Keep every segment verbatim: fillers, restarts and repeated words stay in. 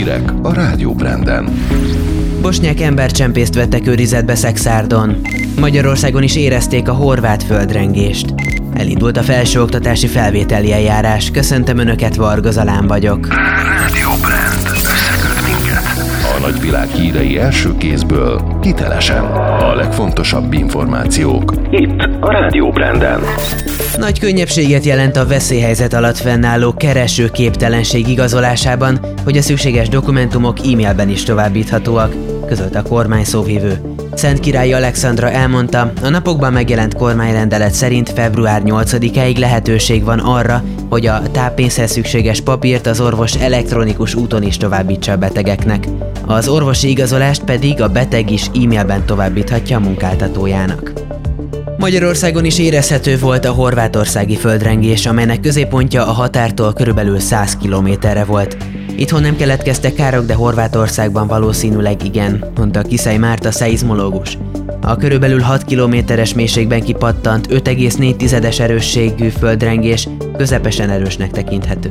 hírek a Rádió Branden. Bosnyák embercsempészt vettek őrizetbe Szekszárdon. Magyarországon is érezték a horvát földrengést. Elindult a felsőoktatási felvételi eljárás. Köszöntöm Önöket, Varga Zalán vagyok. Rádió Brand. Összeköt minket. A nagyvilág hírei első kézből, hitelesen. A legfontosabb információk itt a Rádió Branden. Nagy könnyebbséget jelent a veszélyhelyzet alatt fennálló keresőképtelenség igazolásában, hogy a szükséges dokumentumok e-mailben is továbbíthatóak, közölte a kormány szóvivő. Szentkirályi Alexandra elmondta, a napokban megjelent kormányrendelet szerint február nyolcadikáig lehetőség van arra, hogy a táppénzhez szükséges papírt az orvos elektronikus úton is továbbítsa a betegeknek. Az orvosi igazolást pedig a beteg is e-mailben továbbíthatja a munkáltatójának. Magyarországon is érezhető volt a horvátországi földrengés, amelynek középpontja a határtól körülbelül száz kilométerre volt. Itthon nem keletkeztek károk, de Horvátországban valószínűleg igen, mondta Kiszely Márta szeizmológus. A körülbelül hat kilométeres mélységben kipattant öt egész négy tizedes erősségű földrengés közepesen erősnek tekinthető.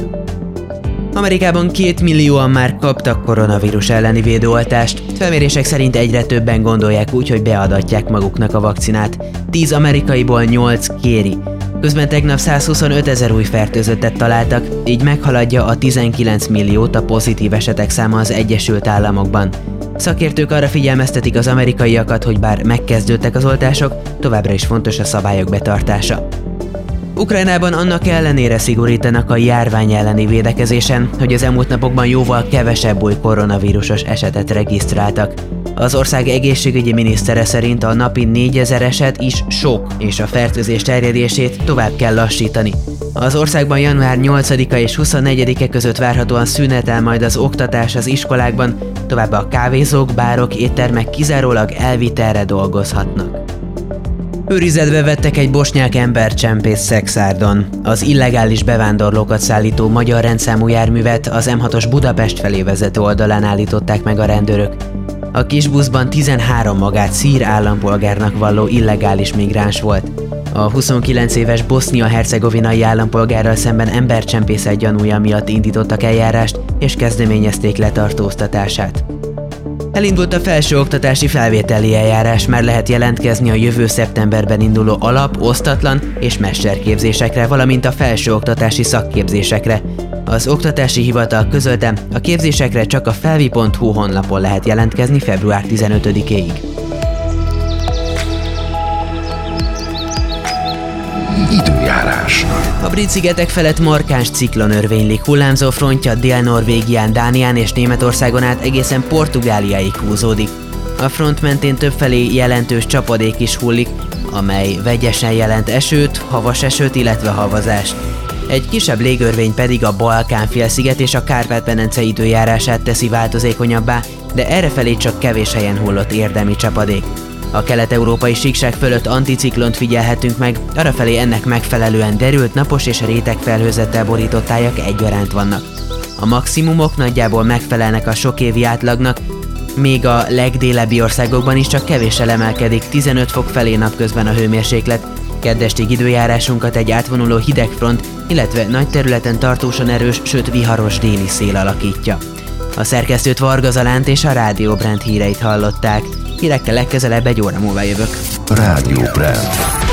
Amerikában két millióan már kaptak koronavírus elleni védőoltást. Felmérések szerint egyre többen gondolják úgy, hogy beadatják maguknak a vakcinát. tíz amerikaiból nyolc kéri. Közben tegnap százhuszonöt ezer új fertőzöttet találtak, így meghaladja a tizenkilenc milliót a pozitív esetek száma az Egyesült Államokban. Szakértők arra figyelmeztetik az amerikaiakat, hogy bár megkezdődtek az oltások, továbbra is fontos a szabályok betartása. Ukrajnában annak ellenére szigorítanak a járvány elleni védekezésen, hogy az elmúlt napokban jóval kevesebb új koronavírusos esetet regisztráltak. Az ország egészségügyi minisztere szerint a napi négyezer eset is sok, és a fertőzés terjedését tovább kell lassítani. Az országban január nyolcadika és huszonnegyedike között várhatóan szünetel majd az oktatás az iskolákban, továbbá a kávézók, bárok, éttermek kizárólag elvitelre dolgozhatnak. Őrizetbe vettek egy bosnyák embercsempészt Szekszárdon. Az illegális bevándorlókat szállító magyar rendszámú járművet az M hatos Budapest felé vezető oldalán állították meg a rendőrök. A kis buszban tizenhárom magát szír állampolgárnak valló illegális migráns volt. A huszonkilenc éves bosznia-hercegovinai állampolgárral szemben embercsempészet gyanúja miatt indítottak eljárást és kezdeményezték letartóztatását. Elindult a felsőoktatási felvételi eljárás, már lehet jelentkezni a jövő szeptemberben induló alap-, osztatlan és mesterképzésekre, valamint a felsőoktatási szakképzésekre. Az Oktatási Hivatal közölte, a képzésekre csak a felvi pont hu honlapon lehet jelentkezni február tizenötödikéig. Időjárás. A Brit-szigetek felett markáns ciklon örvénylik, hullámzó frontja Dél-Norvégián, Dánián és Németországon át egészen Portugáliáig húzódik. A front mentén többfelé jelentős csapadék is hullik, amely vegyesen jelent esőt, havas esőt, illetve havazást. Egy kisebb légörvény pedig a Balkán-félsziget és a Kárpát-medence időjárását teszi változékonyabbá, de errefelé csak kevés helyen hullott érdemi csapadék. A kelet-európai síkság fölött anticiklont figyelhetünk meg, arrafelé ennek megfelelően derült, napos és rétegfelhőzettel borított tájak egyaránt vannak. A maximumok nagyjából megfelelnek a sokévi átlagnak, még a legdélebbi országokban is csak kevéssel emelkedik, tizenöt fok felé napközben a hőmérséklet. Keddestig időjárásunkat egy átvonuló hidegfront, illetve nagy területen tartósan erős, sőt viharos déli szél alakítja. A szerkesztőt, Varga Zalánt és a Rádió Brand híreit hallották. Hírekkel legközelebb egy óra múlva jövök. Rádió Brand.